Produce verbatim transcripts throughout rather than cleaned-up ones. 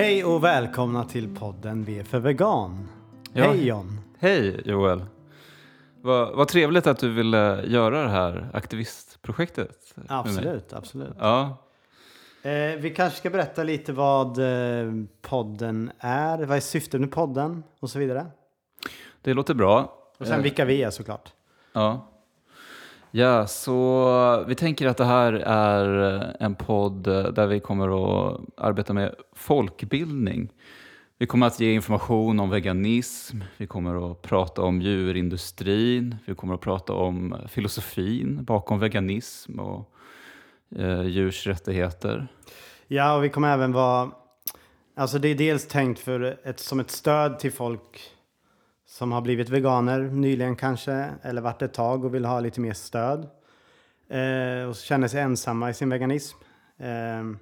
Hej och välkomna till podden V för vegan. Ja. Hej John. Hej Joel. Vad, vad trevligt att du ville göra det här aktivistprojektet. Absolut, absolut. Ja. Eh, vi kanske ska berätta lite vad eh, podden är, vad är syftet med podden och så vidare. Det låter bra. Och sen eh, vilka vi är såklart. Ja. Ja, så vi tänker att det här är en podd där vi kommer att arbeta med folkbildning. Vi kommer att ge information om veganism, vi kommer att prata om djurindustrin, vi kommer att prata om filosofin bakom veganism och eh, djurs rättigheter. Ja, och vi kommer även vara, alltså det är dels tänkt för ett, som ett stöd till folk som har blivit veganer nyligen kanske, eller varit ett tag och vill ha lite mer stöd. Eh, och känner sig ensamma i sin veganism. Eh,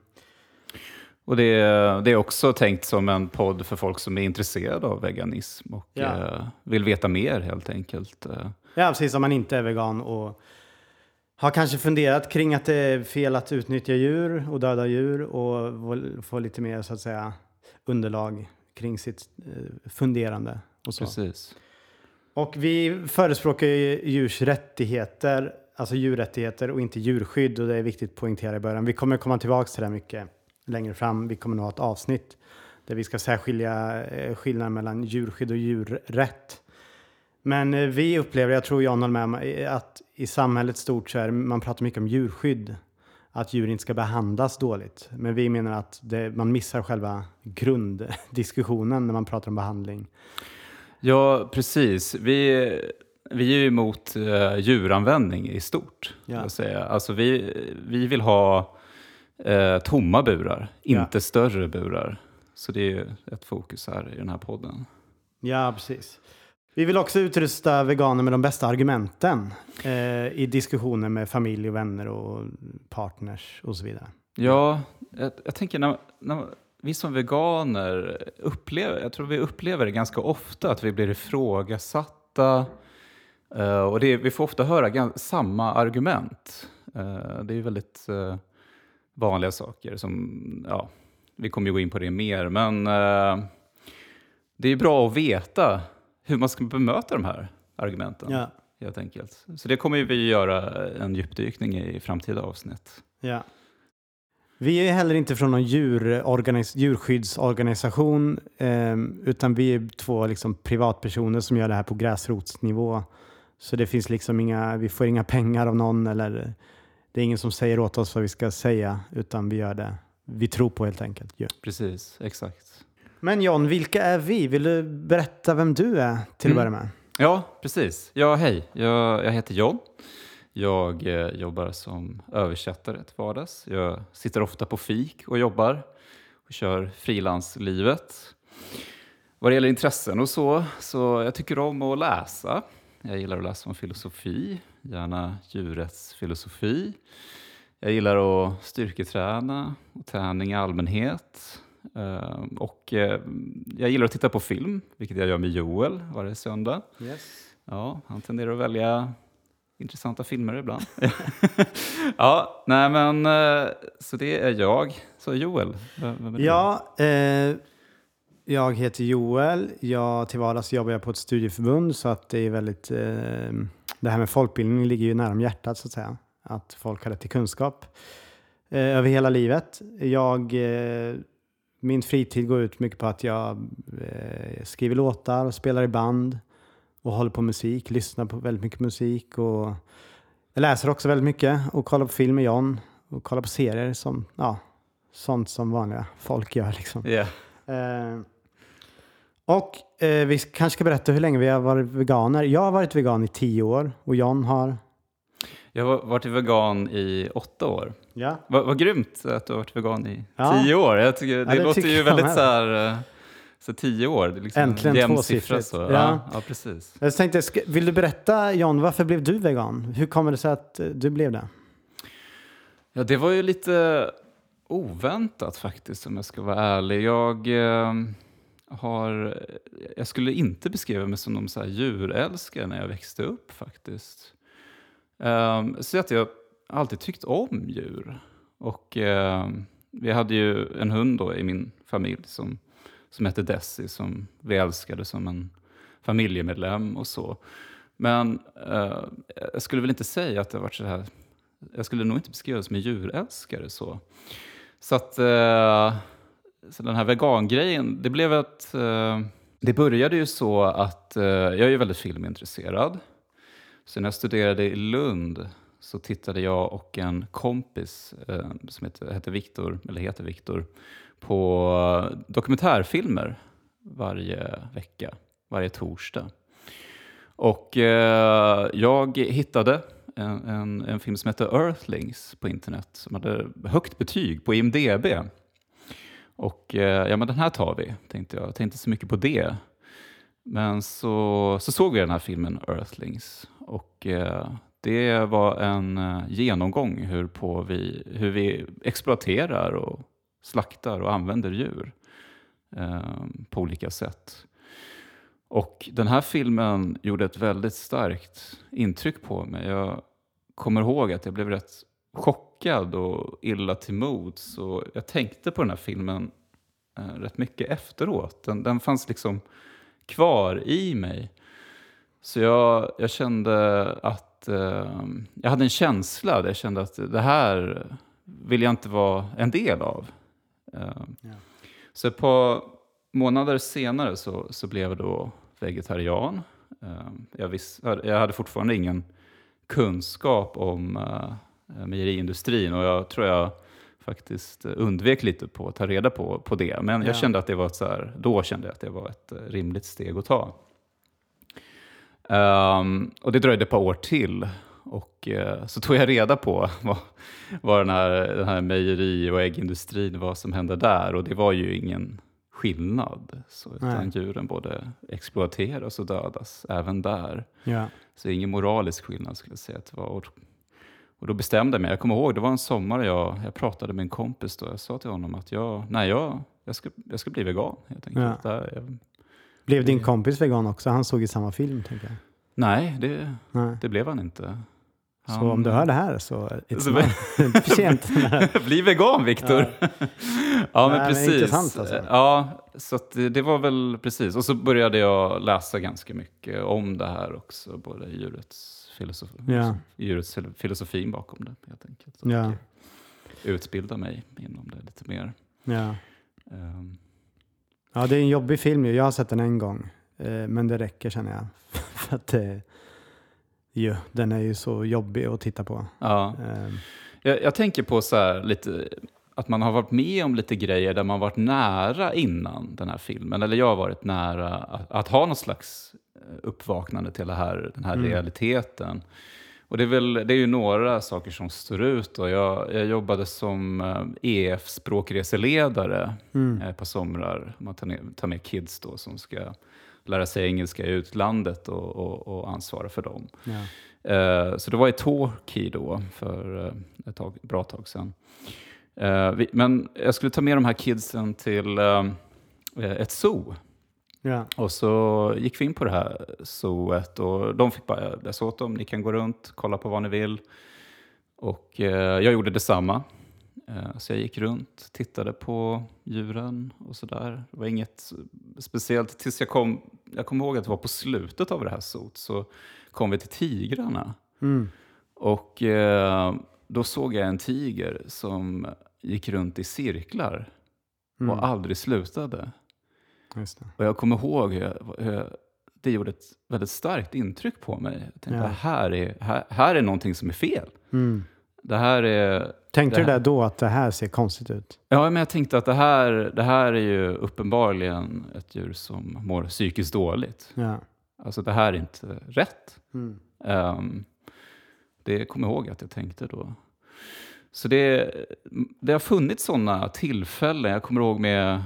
Och det är, det är också tänkt som en podd för folk som är intresserade av veganism och Ja. eh, vill veta mer helt enkelt. Ja, precis, om man inte är vegan och har kanske funderat kring att det är fel att utnyttja djur och döda djur och få lite mer så att säga underlag kring sitt eh, funderande och så. Precis. Och vi förespråkar ju djurs rättigheter, alltså djurrättigheter och inte djurskydd, och det är viktigt att poängtera i början. Vi kommer komma tillbaka till det mycket längre fram. Vi kommer nog ha ett avsnitt där vi ska särskilja eh, skillnaden mellan djurskydd och djurrätt. Men eh, vi upplever, jag tror John håller med mig, att i samhället stort så är man pratar mycket om djurskydd. Att djur inte ska behandlas dåligt. Men vi menar att det, man missar själva grunddiskussionen när man pratar om behandling. Ja, precis. Vi, vi är ju emot uh, djuranvändning i stort. Ja. Jag säga. Alltså vi, vi vill ha uh, tomma burar, inte Ja. större burar. Så det är ju ett fokus här i den här podden. Ja, precis. Vi vill också utrusta veganer med de bästa argumenten eh, i diskussioner med familj och vänner och partners och så vidare. Ja, jag, jag tänker när, när vi som veganer upplever, jag tror vi upplever det ganska ofta att vi blir ifrågasatta. Uh, och det, vi får ofta höra gans, samma argument. Uh, det är ju väldigt uh, vanliga saker som, ja, vi kommer ju gå in på det mer. Men uh, det är bra att veta hur man ska bemöta de här argumenten. Ja. Helt enkelt. Så det kommer vi göra en djupdykning i framtida avsnitt. Ja. Vi är heller inte från någon djurorganis- djurskyddsorganisation eh, utan vi är två liksom, privatpersoner som gör det här på gräsrotsnivå. Så det finns liksom inga, vi får inga pengar av någon eller det är ingen som säger åt oss vad vi ska säga, utan vi gör det vi tror på helt enkelt. Ja. Precis, exakt. Men John, vilka är vi? Vill du berätta vem du är till att börja med? Ja, precis. Ja, hej. Jag, jag heter John. Jag eh, jobbar som översättare till vardags. Jag sitter ofta på fik och jobbar och kör frilanslivet. Vad det gäller intressen och så, så jag tycker om att läsa. Jag gillar att läsa om filosofi, gärna djurrättsfilosofi. Jag gillar att styrketräna och träning i allmänhet. Uh, och uh, jag gillar att titta på film, vilket jag gör med Joel varje söndag. Yes. Ja, han tenderar att välja intressanta filmer ibland. Ja, nej men uh, så det är jag. Så Joel, vem är du? Ja, eh, jag heter Joel. Jag till vardags jobbar jag på ett studieförbund, så att det är väldigt, eh, det här med folkbildning ligger ju nära om hjärtat så att säga. Att folk har rätt till kunskap eh, över hela livet. Jag eh, Min fritid går ut mycket på att jag eh, skriver låtar och spelar i band och håller på musik, lyssnar på väldigt mycket musik och jag läser också väldigt mycket och kollar på film med John och kollar på serier som, ja, sånt som vanliga folk gör liksom. Yeah. Eh, och eh, vi kanske ska berätta hur länge vi har varit veganer. Jag har varit vegan i tio år och John har... Jag har varit vegan i åtta år. Ja. Vad, vad grymt att du har varit vegan i Ja. tio år. Jag tycker, det, Ja, det låter tycker ju jag väldigt med. så här, eh, så tio år. Det är liksom Äntligen en jämn tvåsiffrigt. siffra. Så. Ja. Ja, ja, precis. Jag tänkte, ska, vill du berätta John, varför blev du vegan? Hur kommer det sig att eh, du blev det? Ja, det var ju lite oväntat faktiskt, om jag ska vara ärlig. Jag eh, har, jag skulle inte beskriva mig som någon så här djurälskare när jag växte upp faktiskt. Um, så att jag alltid tyckt om djur. Och uh, vi hade ju en hund då i min familj som, som hette Desi, som vi älskade som en familjemedlem och så. Men eh, jag skulle väl inte säga att det har varit så här. Jag skulle nog inte beskriva det som en djurälskare så. Så att eh, så den här vegangrejen, det blev att eh, det började ju så att eh, jag är ju väldigt filmintresserad. Så när jag studerade i Lund så tittade jag och en kompis eh, som heter, heter Viktor, eller heter Viktor, på dokumentärfilmer varje vecka, varje torsdag. Och eh, jag hittade en, en, en film som heter Earthlings på internet som hade högt betyg på I M D B. Och eh, ja, men den här tar vi, tänkte jag. Jag tänkte så mycket på det. Men så, så såg vi den här filmen Earthlings. Och eh, det var en eh, genomgång hur, på vi, hur vi exploaterar och slaktar och använder djur eh, på olika sätt. Och den här filmen gjorde ett väldigt starkt intryck på mig. Jag kommer ihåg att jag blev rätt chockad och illa till mods. Så jag tänkte på den här filmen eh, rätt mycket efteråt. Den, den fanns liksom kvar i mig. Så jag, jag kände att eh, jag hade en känsla där jag kände att det här vill jag inte vara en del av. Eh, ja. Så ett par månader senare så, så blev jag då vegetarian. Eh, jag, visste, jag hade fortfarande ingen kunskap om eh, mejeriindustrin och jag tror jag faktiskt undvek lite på att ta reda på, på det. Men jag ja. kände att det var ett så här, då kände jag att det var ett rimligt steg att ta. Um, och det dröjde ett par år till. Och uh, så tog jag reda på vad, vad den här, den här mejeri- och äggindustrin, vad som hände där. Och det var ju ingen skillnad. Så, utan djuren både exploateras och dödas även där. Ja. Så ingen moralisk skillnad skulle jag säga att det var. Och, och då bestämde jag mig. Jag kommer ihåg, det var en sommar jag, jag pratade med en kompis då. Jag sa till honom att jag, nej, jag, jag, ska, jag ska bli vegan. Jag tänkte ja. att där, jag, blev din kompis vegan också? Han såg i samma film, tänker jag. Nej, det, nej. det blev han inte. Han, så om du hör det här så är det inte för sent. Bli vegan, Viktor. Ja, ja men nej, precis. Men intressant alltså. Ja, så att det, det var väl precis. Och så började jag läsa ganska mycket om det här också. Både i djurets filosofi, ja. djurets filosofin bakom det, helt enkelt. Och ja. utbilda mig inom det lite mer. Ja. Um. ja, det är en jobbig film. Jag har sett den en gång. Men det räcker, känner jag. För att det, ju, den är ju så jobbig att titta på. Ja. Um. Jag, jag tänker på så här lite att man har varit med om lite grejer där man varit nära innan den här filmen. Eller jag har varit nära att, att ha någon slags uppvaknande till det här, den här mm. realiteten. Och det är, väl, det är ju några saker som står ut. Och jag, jag jobbade som E F-språkreseledare mm. ett par somrar. Man tar, ner, tar med kids då som ska lära sig engelska i utlandet och, och, och ansvara för dem. Ja. Uh, så det var i Torquay då för uh, ett tag, bra tag sedan. Uh, vi, men jag skulle ta med de här kidsen till uh, ett zoo. Ja. Och så gick vi in på det här zooet och de fick bara, jag sa åt dem, ni kan gå runt, kolla på vad ni vill. Och uh, jag gjorde detsamma. Uh, så jag gick runt, tittade på djuren och sådär. Det var inget speciellt tills jag kom, jag kommer ihåg att det var på slutet av det här zoot så kom vi till tigrarna. Mm. Och uh, då såg jag en tiger som gick runt i cirklar mm. och aldrig slutade. Just det. Och jag kommer ihåg hur, jag, hur jag, det gjorde ett väldigt starkt intryck på mig. Jag tänkte, ja. här, är, här, här är någonting som är fel. Mm. Det här är... Tänkte det här, du där då att det här ser konstigt ut? Ja, men jag tänkte att det här, det här är ju uppenbarligen ett djur som mår psykiskt dåligt. Ja. Alltså det här är inte rätt. Mm. Um, det kommer jag ihåg att jag tänkte då. Så det, det har funnits sådana tillfällen. Jag kommer ihåg med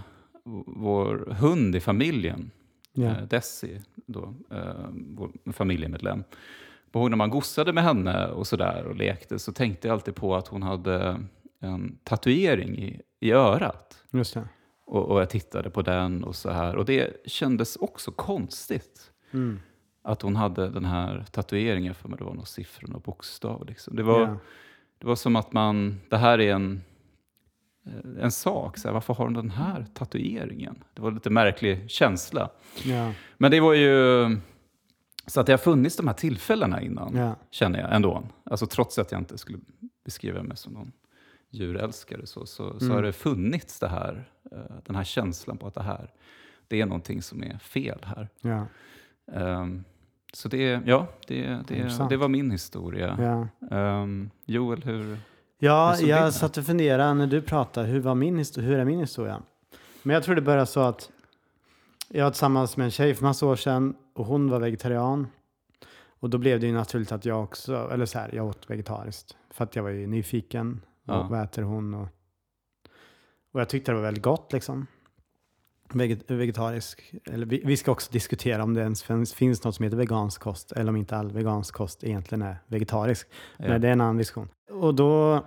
vår hund i familjen. Ja. Eh, Desi, då, eh, vår familjemedlem. Och när man gossade med henne och sådär och lekte så tänkte jag alltid på att hon hade en tatuering i, i örat. Just det. Och, och jag tittade på den och så här. Och det kändes också konstigt. Mm. Att hon hade den här tatueringen, för mig det var några siffror och bokstav. Liksom. Det, var, yeah. det var som att man, det här är en, en sak. Så här, varför har hon den här tatueringen? Det var en lite märklig känsla. Ja. Men det var ju... Så att det har funnits de här tillfällena innan, Ja. känner jag ändå. Alltså trots att jag inte skulle beskriva mig som någon djurälskare så, så, så Mm. har det funnits det här, den här känslan på att det här, det är någonting som är fel här. Ja. Um, så det, ja, det, det, Intressant. det var min historia. Ja. Um, Joel, hur... Ja, hur såg jag din satt och funderade när du pratade, hur, var min histor- hur är min historia? Men jag tror det började så att jag var tillsammans med en tjej för massa år sedan och hon var vegetarian. Och då blev det ju naturligt att jag också, eller så här, jag åt vegetariskt. För att jag var ju nyfiken. Och Ja. vad äter hon? Och, och jag tyckte det var väldigt gott liksom. Veget- vegetarisk. Eller vi, vi ska också diskutera om det ens finns, finns något som heter vegansk kost. Eller om inte all vegansk kost egentligen är vegetarisk. Ja. Men det är en annan diskussion. Och då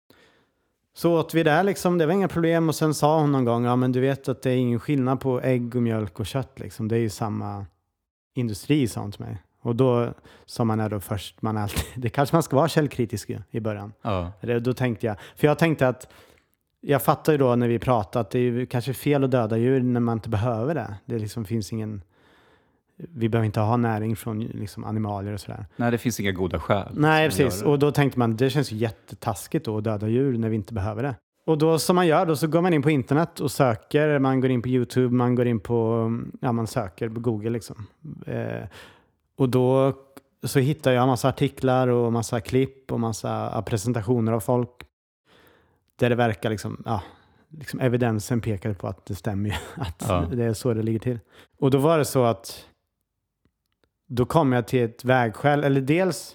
så åt vi det här liksom. Det var inga problem. Och sen sa hon någon gång, ja men du vet att det är ingen skillnad på ägg och mjölk och kött liksom. Det är ju samma industri, sa hon till mig. Och då, som man är då först, man är alltid, det kanske man ska vara källkritisk i början. Ja. Det, då tänkte jag, för jag tänkte att, jag fattar ju då när vi pratade att det är kanske fel att döda djur när man inte behöver det. Det liksom finns ingen, vi behöver inte ha näring från liksom animalier och sådär. Nej, det finns inga goda skäl. Nej, som precis. gör det. Och då tänkte man, det känns ju jättetaskigt då att döda djur när vi inte behöver det. Och då som man gör då så går man in på internet och söker, man går in på YouTube, man går in på, ja man söker på Google liksom. Eh, och då så hittar jag massa artiklar och massa klipp och massa presentationer av folk. Där det verkar liksom, ja, liksom evidensen pekar på att det stämmer ju, att Ja. det är så det ligger till. Och då var det så att då kom jag till ett vägskäl, eller dels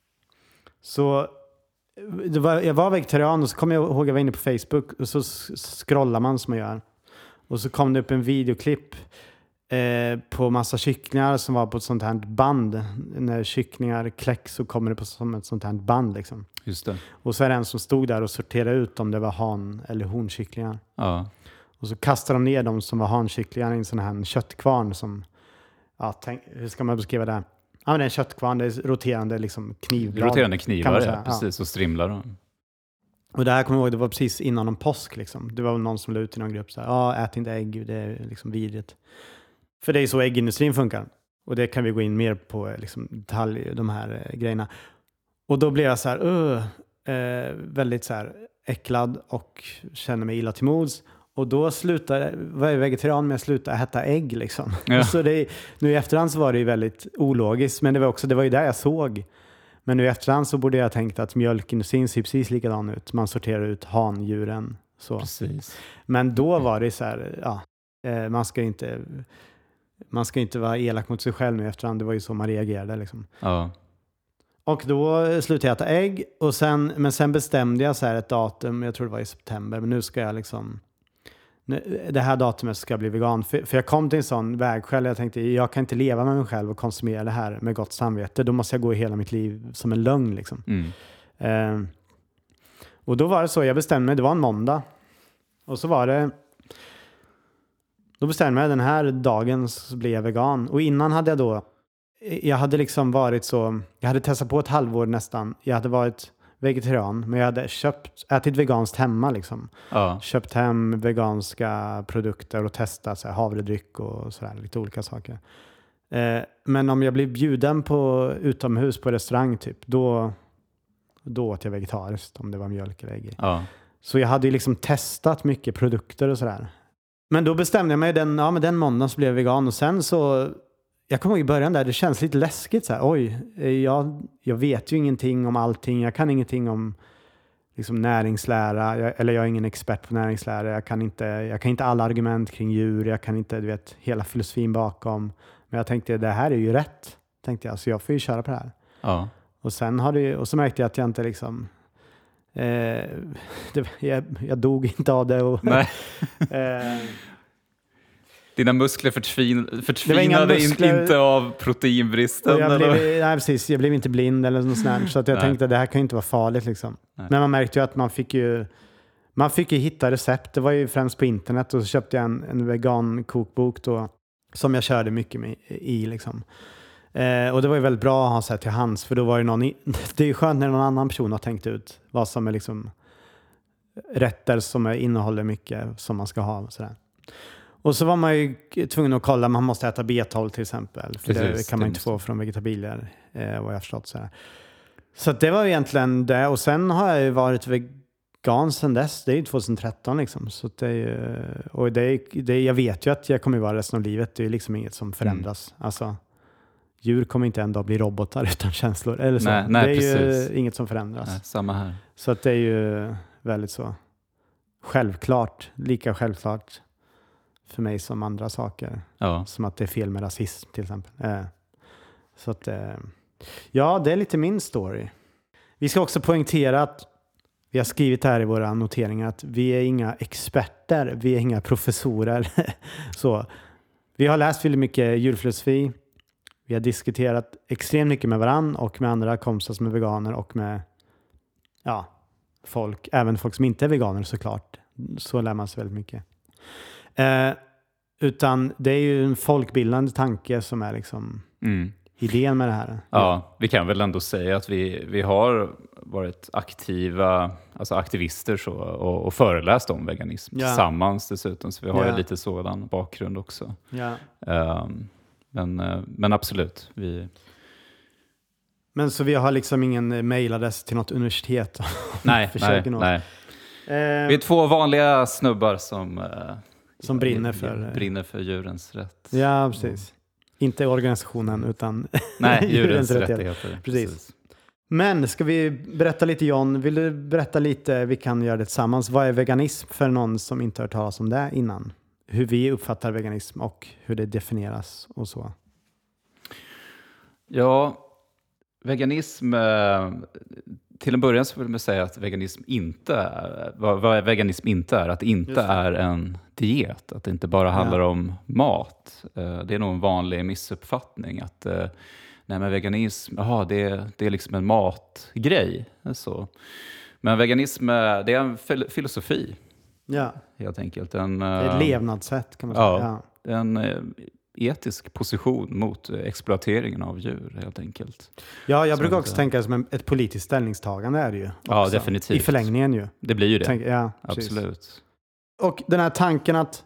så det var, jag var vegetarian och så kom jag ihåg, jag var inne på Facebook och så s- scrollar man som man gör. Och så kom det upp en videoklipp eh, på massa kycklingar som var på ett sånt här band. När kycklingar kläcks så kommer det på som ett sånt här band liksom. Just det. Och så är det en som stod där och sorterade ut om det var han eller honkycklingar. Ja. Och så kastade de ner dem som var hankycklingar i en sån här köttkvarn som, ja, tänk, hur ska man beskriva det? Ja, men det är en köttkvarn, det är roterande liksom knivblad. Roterande kan knivar, man ja, säga. precis. Och strimlar de. Och det här kommer jag ihåg, det var precis innan en påsk liksom. Det var någon som la ut i någon grupp så här, ja, ät inte ägg, det är liksom vidrigt. För det är så äggindustrin funkar. Och det kan vi gå in mer på, liksom, detalj, de här eh, grejerna. Och då blev jag så här, uh, eh, väldigt så här äcklad och kände mig illa till mods. Och då slutade, var jag vegetarian men jag slutade äta ägg liksom. Ja. Så det, nu i efterhand så var det ju väldigt ologiskt, men det var också, det var ju där jag såg. Men nu i efterhand så borde jag ha tänkt att mjölkindustrin ser precis likadan ut. Man sorterar ut handjuren. Så. Precis. Men då var det så här, ja, eh, man ska inte man ska inte vara elak mot sig själv nu i efterhand. Det var ju så man reagerade liksom. Ja. Och då slutade jag äta ägg. Och sen, men sen bestämde jag så här ett datum, jag tror det var i september, men nu ska jag liksom, nu, det här datumet ska jag bli vegan. För, för jag kom till en sån vägskäl, jag tänkte, jag kan inte leva med mig själv och konsumera det här med gott samvete. Då måste jag gå hela mitt liv som en lögn liksom. Mm. Eh, och då var det så, jag bestämde mig, det var en måndag. Och så var det, då bestämde jag mig, den här dagen så blir jag vegan. Och innan hade jag då, jag hade liksom varit så, jag hade testat på ett halvår nästan. Jag hade varit vegetarian, men jag hade köpt, ätit veganskt hemma liksom. Ja. Köpt hem veganska produkter och testat så här, havredryck och sådär, lite olika saker. Eh, men om jag blev bjuden på utomhus på restaurang typ, då, då åt jag vegetariskt, om det var mjölk eller ägg i. Ja. Så jag hade ju liksom testat mycket produkter och sådär. Men då bestämde jag mig, den, ja, men den måndagen så blev jag vegan. Och sen så, jag kommer ihåg i början där, det känns lite läskigt så här. Oj, jag, jag vet ju ingenting om allting. Jag kan ingenting om liksom näringslära. Jag, eller jag är ingen expert på näringslära. Jag kan inte, jag kan inte alla argument kring djur. Jag kan inte, du vet, hela filosofin bakom. Men jag tänkte, det här är ju rätt. Tänkte jag, så jag får ju köra på det här. Ja. Och sen har det, och så märkte jag att jag inte liksom, eh, det, jag, jag dog inte av det. Och, Nej. eh, Dina muskler förtvin, inga förtvinade muskler. in, inte av proteinbristen? och jag, eller? blev, nej, precis, jag blev inte blind eller något sånt där, så att jag Nej. tänkte att det här kan ju inte vara farligt. Liksom. Nej. Men man märkte ju att man fick ju, man fick ju hitta recept. Det var ju främst på internet, och så köpte jag en, en vegan kokbok då, som jag körde mycket med, i. Liksom. Eh, och det var ju väldigt bra att ha sett till hands, för då var det någon i, det är ju skönt när någon annan person har tänkt ut vad som är liksom rätter som är, innehåller mycket som man ska ha. Och, sådär. Och så var man ju tvungen att kolla, man måste äta B tolv till exempel. För Precis, det kan man inte få från vegetabilier, eh, vad jag förstått. Så, så det var egentligen det. Och sen har jag ju varit vegan sedan dess. Det är ju tjugohundratretton liksom. Så det är ju, och det är, det, jag vet ju att jag kommer vara resten av livet. Det är liksom inget som förändras. Mm. Alltså, djur kommer inte en dag bli robotar utan känslor. Eller så. Nej, nej, det är precis. ju inget som förändras. Nej, samma här. Så att det är ju väldigt så självklart. Lika självklart för mig som andra saker. Ja. Som att det är fel med rasism till exempel. Eh, så att, eh, ja, det är lite min story. Vi ska också poängtera att vi har skrivit här i våra noteringar att vi är inga experter. Vi är inga professorer. så, vi har läst väldigt mycket djurfilosofi. Vi har diskuterat extremt mycket med varann och med andra kompisar som är veganer och med ja, folk, även folk som inte är veganer såklart. Så lär man sig väldigt mycket. Eh, utan det är ju en folkbildande tanke som är liksom mm. idén med det här. Ja, vi kan väl ändå säga att vi, vi har varit aktiva, alltså aktivister så, och, och föreläst om veganism ja. tillsammans dessutom. Så vi har ja. ju lite sådan bakgrund också. Ja. Um, men, men absolut, vi... Men så vi har liksom ingen mailadress till något universitet? Nej, nej, nej. Eh, vi är två vanliga snubbar som... Uh, Som brinner för, brinner för djurens rätt. Ja, precis. Inte organisationen utan Nej, djurens, djurens rättigheter. rättigheter. Precis. precis. Men ska vi berätta lite, John? Vill du berätta lite, vi kan göra det tillsammans. Vad är veganism för någon som inte har hört talas om det innan? Hur vi uppfattar veganism och hur det definieras och så. Ja, veganism... Till en början så vill man säga att veganism inte är, vad, vad veganism inte är, att det inte det. är en diet, att det inte bara handlar ja. om mat. Det är nog en vanlig missuppfattning att nej, men veganism, aha, det, det är liksom en matgrej. Så. Men veganism det är en filosofi, ja. helt enkelt. En, det är ett levnadssätt kan man säga. Ja, ja. En etisk position mot exploateringen av djur helt enkelt. Ja, jag så brukar också det. tänka som en, ett politiskt ställningstagande är det ju. Också. Ja, definitivt. I förlängningen ju. Det blir ju det. Tänk, ja, absolut. Precis. Och den här tanken att,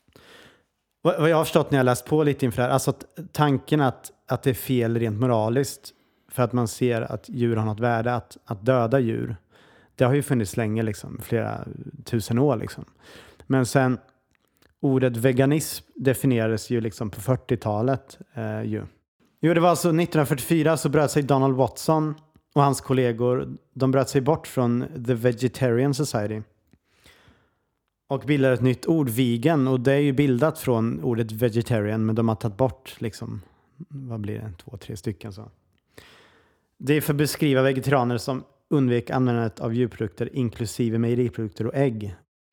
vad jag har förstått när jag läst på lite inför det här, alltså att tanken att, att det är fel rent moraliskt för att man ser att djur har något värde, att, att döda djur, det har ju funnits länge liksom, flera tusen år liksom. Men sen ordet veganism definierades ju liksom på fyrtiotalet. Eh, ju. Jo, det var alltså nittonhundrafyrtiofyra så bröt sig Donald Watson och hans kollegor, de bröt sig bort från The Vegetarian Society och bildade ett nytt ord, vegan, och det är ju bildat från ordet vegetarian, men de har tagit bort liksom, vad blir det, två, tre stycken så. Det är för att beskriva vegetarianer som undvek användandet av djurprodukter inklusive mejeriprodukter och ägg.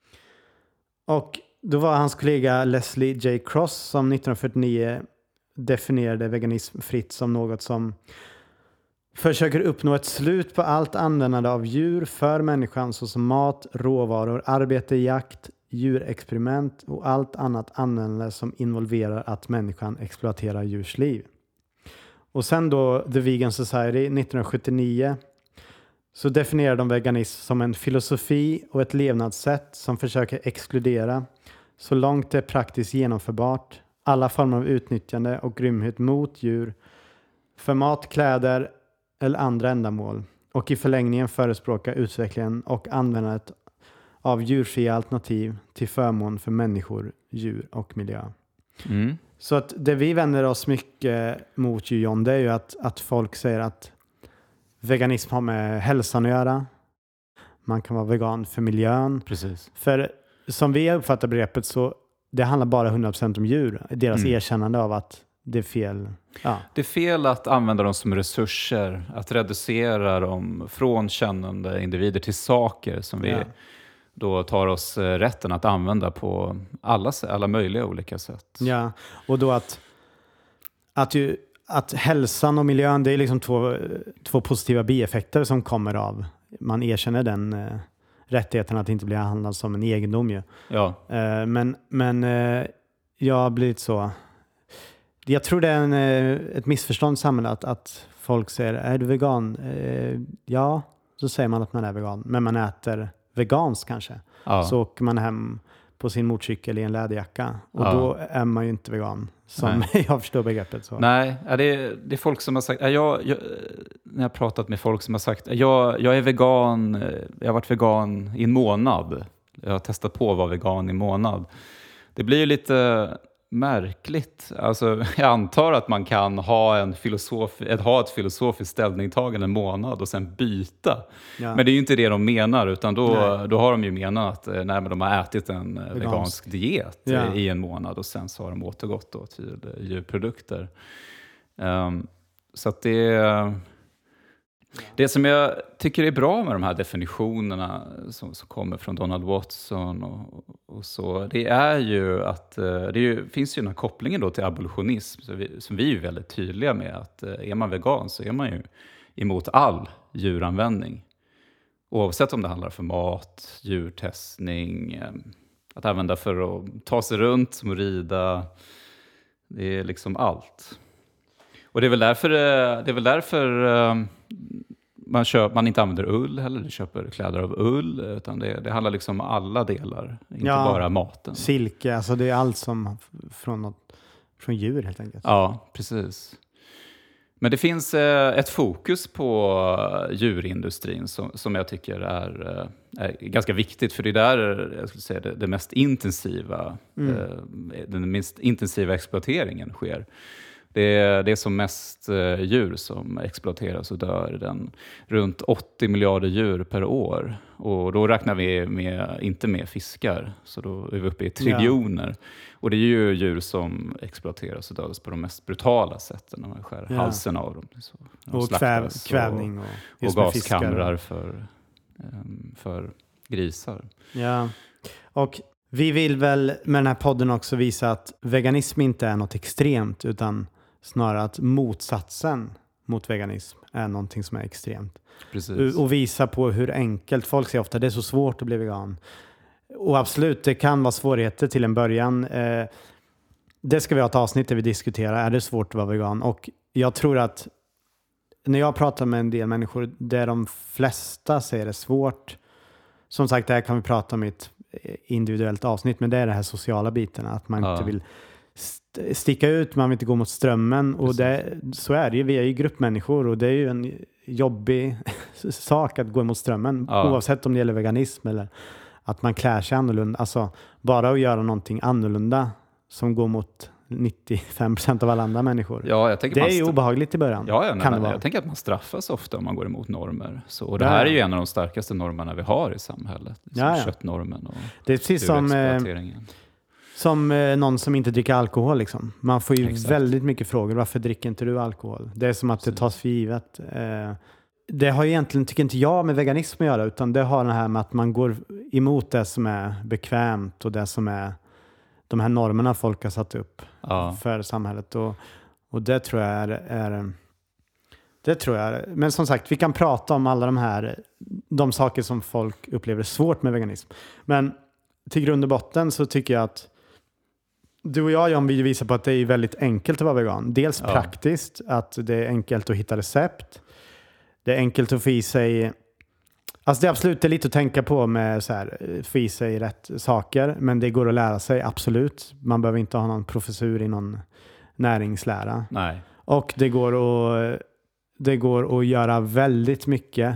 Och då var hans kollega Leslie J. Cross som nittonhundrafyrtionio definierade veganism fritt som något som försöker uppnå ett slut på allt användande av djur för människan såsom mat, råvaror, arbete, jakt, djurexperiment och allt annat användande som involverar att människan exploaterar djurs liv. Och sen då The Vegan Society nittonhundrasjuttionio så definierar de veganism som en filosofi och ett levnadssätt som försöker exkludera så långt det är praktiskt genomförbart alla former av utnyttjande och grymhet mot djur för mat, kläder eller andra ändamål och i förlängningen förespråka utvecklingen och användandet av djurfria alternativ till förmån för människor, djur och miljö. Mm. Så att det vi vänder oss mycket mot, John, det är ju att, att folk säger att veganism har med hälsan att göra. Man kan vara vegan för miljön. Precis. För som vi uppfattar begreppet så det handlar bara hundra procent om djur. Deras mm. erkännande av att det är fel. Ja. Det är fel att använda dem som resurser. Att reducera dem från kännande individer till saker som vi ja. då tar oss rätten att använda på alla, alla möjliga olika sätt. Ja, och då att, att, ju, att hälsan och miljön, det är liksom två, två positiva bieffekter som kommer av. Man erkänner den eh, rättigheten att inte bli handlad som en egendom ju. Ja. Eh, men men eh, jag har blivit så... Jag tror det är en, ett missförstånd i samhället att, att folk säger, är du vegan? Eh, ja, så säger man att man är vegan. Men man äter veganskt kanske. Ja. Så åker man hem på sin motorcykel i en läderjacka. Och Ja. då är man ju inte vegan. Som jag förstår begreppet. Så. Nej, det är, det är folk som har sagt, jag, jag, när jag har pratat med folk som har sagt, jag, jag är vegan, jag har varit vegan i en månad. Jag har testat på att vara vegan i en månad. Det blir ju lite märkligt. Alltså, jag antar att man kan ha, en filosofi, ett, ha ett filosofiskt ställningstagande en månad och sen byta. Ja. Men det är ju inte det de menar, utan då, då har de ju menat att nej, men de har ätit en vegansk, vegansk diet ja. i en månad och sen så har de återgått då till djurprodukter. Um, så att det... Det som jag tycker är bra med de här definitionerna som, som kommer från Donald Watson och, och så, det är ju att det är ju, finns ju den här kopplingen då till abolitionism så vi, som vi är väldigt tydliga med, att är man vegan så är man ju emot all djuranvändning. Oavsett om det handlar om mat, djurtestning, att använda för att ta sig runt, som att rida, det är liksom allt. Och det är väl därför, det är väl därför man, köper, man inte använder ull heller, du köper kläder av ull, utan det, det handlar liksom om alla delar, inte ja, bara maten. Silke, alltså det är allt som från, något, från djur helt enkelt. Ja, precis. Men det finns ett fokus på djurindustrin som, som jag tycker är, är ganska viktigt, för det är där jag skulle säga, det, det mest intensiva, mm. den mest intensiva exploateringen sker. Det är, det är som mest eh, djur som exploateras och dör. Den, runt åttio miljarder djur per år. Och då räknar vi med, inte med fiskar. Så då är vi uppe i triljoner. Ja. Och det är ju djur som exploateras och dödas på de mest brutala sätten. När man skär ja. halsen av dem. Så, och kväv, kvävning. Och, och, och gaskamrar för, um, för grisar. Ja, och vi vill väl med den här podden också visa att veganism inte är något extremt, utan snarare att motsatsen mot veganism är någonting som är extremt. Precis. Och visa på hur enkelt, folk säger ofta det är så svårt att bli vegan. Och absolut, det kan vara svårigheter till en början. Eh, det ska vi ha ett avsnitt där vi diskuterar, är det svårt att vara vegan? Och jag tror att när jag pratar med en del människor där de flesta säger det är svårt, som sagt, det här kan vi prata om i ett individuellt avsnitt, men det är det här sociala biten, att man ja. inte vill st- sticka ut, man vill inte gå mot strömmen. Och det, så är det ju, vi är ju gruppmänniskor och det är ju en jobbig sak att gå emot strömmen, ja. oavsett om det gäller veganism eller att man klär sig annorlunda. Alltså bara att göra någonting annorlunda som går mot nittiofem procent av alla andra människor. Ja, jag tänker det man är ju st- obehagligt i början. Ja, ja nej, kan nej, det jag tänker att man straffas ofta om man går emot normer. Så, och det här ja. är ju en av de starkaste normerna vi har i samhället. Liksom ja, ja. Köttnormen och det är precis som, eh, som eh, någon som inte dricker alkohol. Liksom. Man får ju Exakt. väldigt mycket frågor. Varför dricker inte du alkohol? Det är som att precis. det tas för givet. Eh, det har ju egentligen, tycker inte jag, med veganism att göra, utan det har det här med att man går emot det som är bekvämt och det som är de här normerna folk har satt upp ja. för samhället. Och, och det tror jag är, är... Det tror jag är... Men som sagt, vi kan prata om alla de här... De saker som folk upplever svårt med veganism. Men till grund och botten så tycker jag att du och jag, John, vill visa på att det är väldigt enkelt att vara vegan. Dels ja. praktiskt, att det är enkelt att hitta recept. Det är enkelt att få i sig... Alltså det är absolut det är lite att tänka på med så här, få i sig rätt saker, men det går att lära sig, absolut. Man behöver inte ha någon professur i någon näringslära. Nej. Och det går att, det går att göra väldigt mycket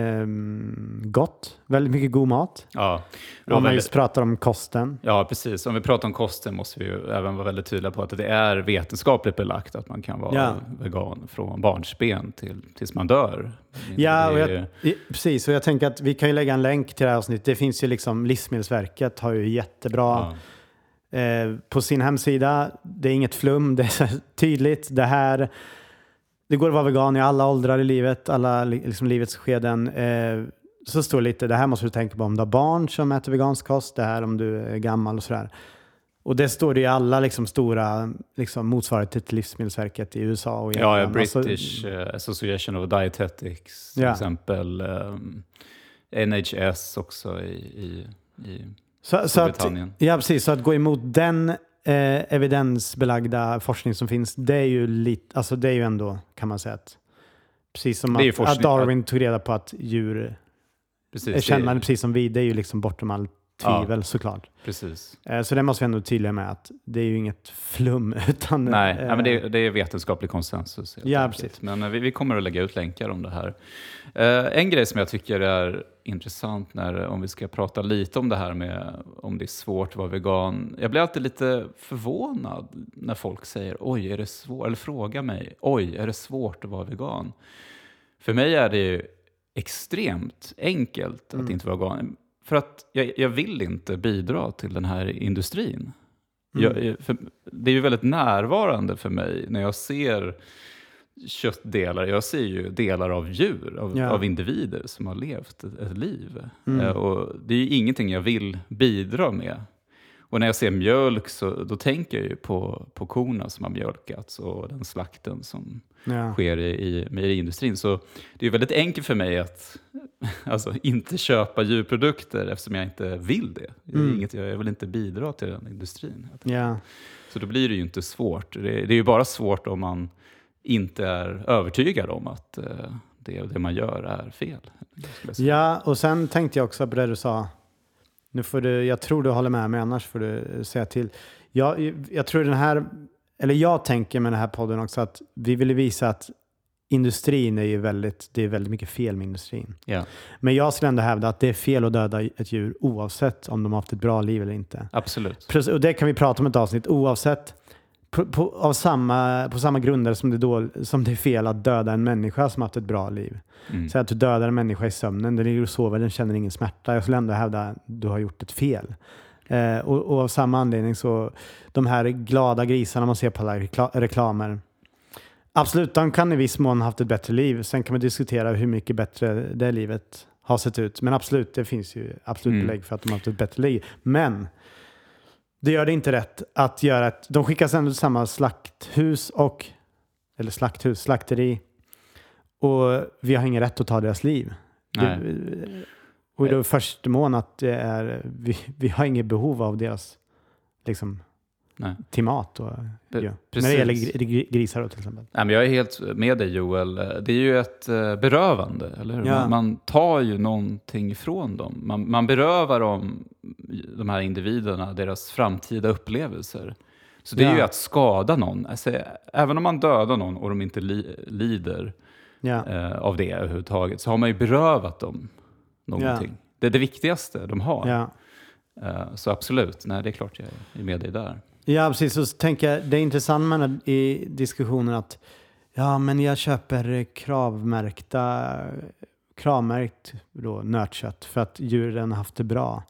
um, gott, väldigt mycket god mat. Ja. Om man väldigt... just pratar om kosten. Ja, precis. Om vi pratar om kosten måste vi ju även vara väldigt tydliga på att det är vetenskapligt belagt att man kan vara ja. vegan från barnsben till, tills man dör. Ja, och är... jag, precis. Och jag tänker att vi kan ju lägga en länk till det här avsnittet. Det finns ju liksom, Livsmedelsverket har ju jättebra ja. eh, på sin hemsida. Det är inget flum, det är så tydligt. Det här, det går att vara vegan i alla åldrar i livet, alla liksom livets skeden. Eh, så står det lite, det här måste du tänka på om du har barn som äter vegansk kost, det här om du är gammal och sådär. Och det står det i alla liksom stora liksom motsvarigheter till Livsmedelsverket i U S A och ja, ja, British uh, Association of Dietetics till ja. exempel. Um, N H S också i, i, i så, Storbritannien. Så att, ja, precis. Så att gå emot den eh, evidensbelagda forskning som finns, det är ju lite, alltså det är ju ändå, kan man säga att precis som att, att Darwin tog reda på att djur Precis, känner det- precis som vi, det är ju liksom bortom all tvivel Ja. såklart. Precis. Eh, Så det måste vi ändå tydliga med att det är ju inget flum utan... Nej, eh, ja, men det, det är vetenskaplig konsensus. helt Ja, enkelt. precis. Men eh, vi, vi kommer att lägga ut länkar om det här. Eh, en grej som jag tycker är intressant när, om vi ska prata lite om det här med om det är svårt att vara vegan. Jag blir alltid lite förvånad när folk säger oj, är det svårt? Eller frågar mig, oj, är det svårt att vara vegan? För mig är det ju extremt enkelt Mm. att inte vara vegan. För att jag, jag vill inte bidra till den här industrin. Mm. Jag, för, det är ju väldigt närvarande för mig när jag ser köttdelar. Jag ser ju delar av djur, av, Ja. av individer som har levt ett, ett liv. Mm. Eh, och det är ju ingenting jag vill bidra med. Och när jag ser mjölk så då tänker jag ju på, på korna som har mjölkats och den slakten som Ja. sker i, i mejeriindustrin. Så det är väldigt enkelt för mig att alltså, inte köpa djurprodukter eftersom jag inte vill det. Det är Mm. inget, jag vill inte bidra till den industrin. Ja. Så då blir det ju inte svårt. Det, det är ju bara svårt om man inte är övertygad om att eh, det, det man gör är fel. skulle jag säga. Ja, och sen tänkte jag också på det du sa. Nu får du, jag tror du håller med mig, annars får du säga till. Jag, jag tror den här, eller jag tänker med den här podden också att vi vill visa att industrin är ju väldigt, det är väldigt mycket fel med industrin. Ja, Men jag skulle ändå hävda att det är fel att döda ett djur oavsett om de har haft ett bra liv eller inte. absolut. Precis, och det kan vi prata om ett avsnitt oavsett på, på, av samma, på samma grunder som det, då, som det är fel att döda en människa som har haft ett bra liv. Mm. Så att du dödar en människa i sömnen, den ligger och sover, den känner ingen smärta. Jag skulle ändå hävda att du har gjort ett fel. Eh, och, och av samma anledning så, de här glada grisarna man ser på alla rekla- reklamer. Absolut, de kan i viss mån ha haft ett bättre liv. Sen kan man diskutera hur mycket bättre det livet har sett ut. Men absolut, det finns ju absolut Mm. belägg för att de har haft ett bättre liv. Men det gör det inte rätt att göra ett... De skickas ändå till samma slakthus och... Eller slakthus, slakteri. Och vi har ingen rätt att ta deras liv. Nej. Det, och då först mån att det är... Vi, vi har inget behov av deras... Liksom, Nej. till mat. Och, Pre- ja. När precis. det gäller gr- gr- grisar då, till exempel. Nej, men jag är helt med dig Joel. Det är ju ett eh, berövande, eller hur? Ja. Man, man tar ju någonting ifrån dem. Man, man berövar dem, de här individerna, deras framtida upplevelser. Så det är Ja. ju att skada någon. Alltså, även om man dödar någon och de inte li, lider Ja. eh, av det överhuvudtaget, så har man ju berövat dem någonting. Det är det viktigaste de har. Ja. Eh, så absolut, nej, det är klart jag är med dig där. Ja, precis. Så tänker jag, det är intressant med den här i diskussionen att ja, men jag köper kravmärkta kravmärkt då, nötkött för att djuren har haft det bra.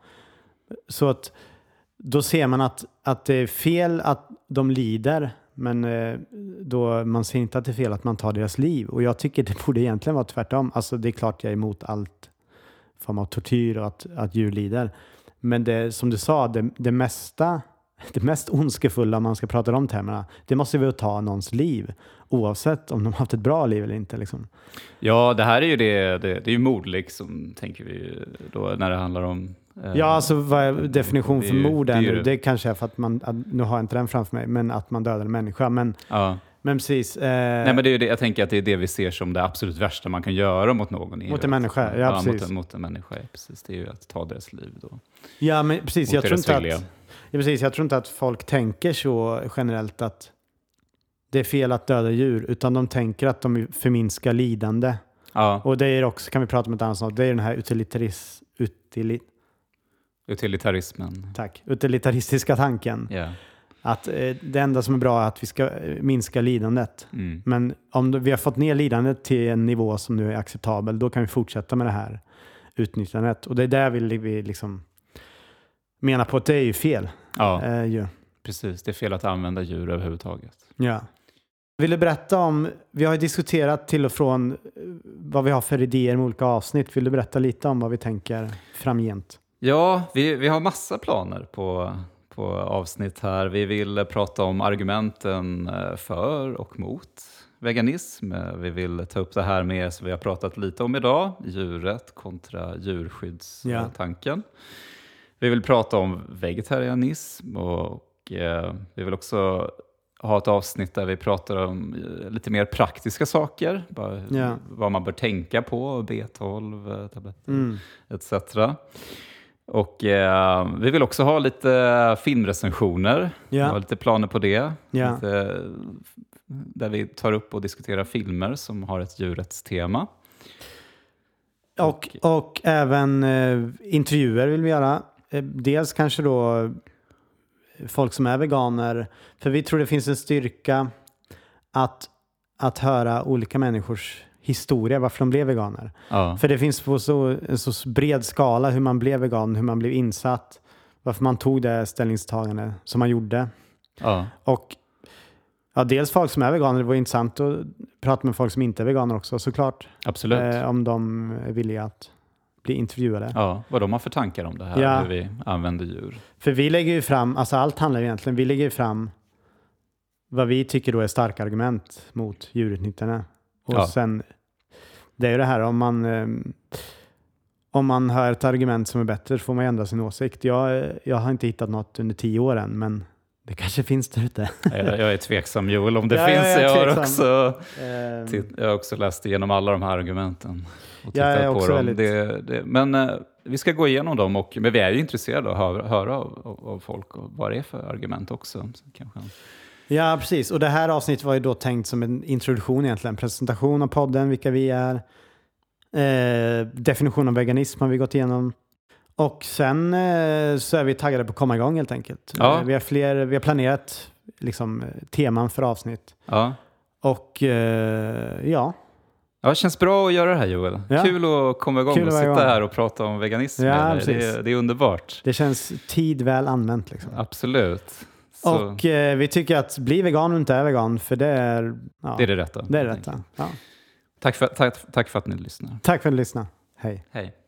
Så att då ser man att, att det är fel att de lider, men eh, då man ser inte att det är fel att man tar deras liv. Och jag tycker det borde egentligen vara tvärtom. Alltså det är klart jag är emot allt form av tortyr och att, att djur lider. Men det, som du sa, det, det mesta, det mest ondskefulla om man ska prata om termerna, det måste vi ju ta någons liv. Oavsett om de har haft ett bra liv eller inte. Liksom. Ja, det här är ju det, det, det är ju mord liksom, tänker vi då, när det handlar om... Eh, Ja, alltså vad är definition för det är ju- mord det är är ju nu? det. Det kanske är för att man, att, nu har jag inte den framför mig, men att man dödar en människa. Men, ja. men precis. Eh, Nej, men det är ju det, jag tänker att det är det vi ser som det absolut värsta man kan göra mot någon. är ju Mot en att- människa, ja, mot, precis. en, mot en människa, ja, precis. Det är ju att ta deras liv då. ja, men precis. Mot Jag tror, deras inte vilja. att, ja, precis. Jag tror inte att folk tänker så generellt att det är fel att döda djur, utan de tänker att de förminskar lidande. Ja, Och det är också, kan vi prata om ett annat sak, det är den här utilitaris, utilit, utilitarismen. tack, utilitaristiska tanken. Ja. Att eh, det enda som är bra är att vi ska eh, minska lidandet. Mm. Men om vi har fått ner lidandet till en nivå som nu är acceptabel, då kan vi fortsätta med det här utnyttjandet. Och det är där vi, vi liksom menar på att det är ju fel. Ja, Eh, ju. precis. Det är fel att använda djur överhuvudtaget. Ja. Vill du berätta om, vi har ju diskuterat till och från eh, vad vi har för idéer med olika avsnitt. Vill du berätta lite om vad vi tänker framgent? Ja, vi, vi har massa planer på, på avsnitt här. Vi vill prata om argumenten eh, för och mot veganism. Eh, Vi vill ta upp det här med, som vi har pratat lite om idag, djurrätt kontra djurskyddstanken. Vi vill prata om vegetarianism och eh, vi vill också ha ett avsnitt där vi pratar om eh, lite mer praktiska saker. Bara Ja. vad man bör tänka på, B tolv, tabletter Mm. et cetera. Och eh, vi vill också ha lite filmrecensioner. Ja. Vi har lite planer på det. Ja. Lite, där vi tar upp och diskuterar filmer som har ett djurrättstema. Och, och även eh, intervjuer vill vi göra. Eh, dels kanske då folk som är veganer. För vi tror det finns en styrka att, att höra olika människors historia, varför de blev veganer. Ja. För det finns på så, en så bred skala hur man blev vegan, hur man blev insatt, varför man tog det ställningstagande som man gjorde. Ja. Och ja, dels folk som är veganer, det var intressant att prata med folk som inte är veganer också, såklart. Absolut. Eh, om de är villiga att bli intervjuade. Ja, vad de har för tankar om det här, Ja. hur vi använder djur. För vi lägger ju fram, alltså allt handlar ju egentligen, vi lägger ju fram vad vi tycker då är starka argument mot djurutnyttjande. Och Ja. sen, det är ju det här, om man eh, om man hör ett argument som är bättre så får man ändra sin åsikt. Jag, jag har inte hittat något under tio år än, men det kanske finns där ute. Jag, jag är tveksam, Joel, om det Ja, finns. jag är Jag har, tveksam. också, Eh, titt- jag har också läst igenom alla de här argumenten. Och Jag är tittat på också dem. väldigt- Det, det, men eh, vi ska gå igenom dem. Och, men vi är ju intresserade av att höra, höra av, av, av folk och vad det är för argument också. Så kanske. Ja, precis. Och det här avsnittet var ju då tänkt som en introduktion egentligen. Presentation av podden, vilka vi är. Eh, definition av veganism har vi gått igenom. Och sen eh, så är vi taggade på att komma igång helt enkelt. Ja. Eh, vi, har fler, vi har planerat liksom, teman för avsnitt. Ja. Och eh, ja. Ja, det känns bra att göra det här, Joel. Ja. Kul att komma igång Kul och att vara sitta igång. här och prata om veganism. Ja, med dig. precis. det, det är underbart. Det känns tid väl använt liksom. Absolut. Så, Och eh, vi tycker att bli vegan och inte är vegan, för det är, ja, det är det rätta. det är det helt rätta. enkelt. Ja. Tack för, tack, tack för att ni lyssnar. Tack för att du lyssnade. Hej. Hej.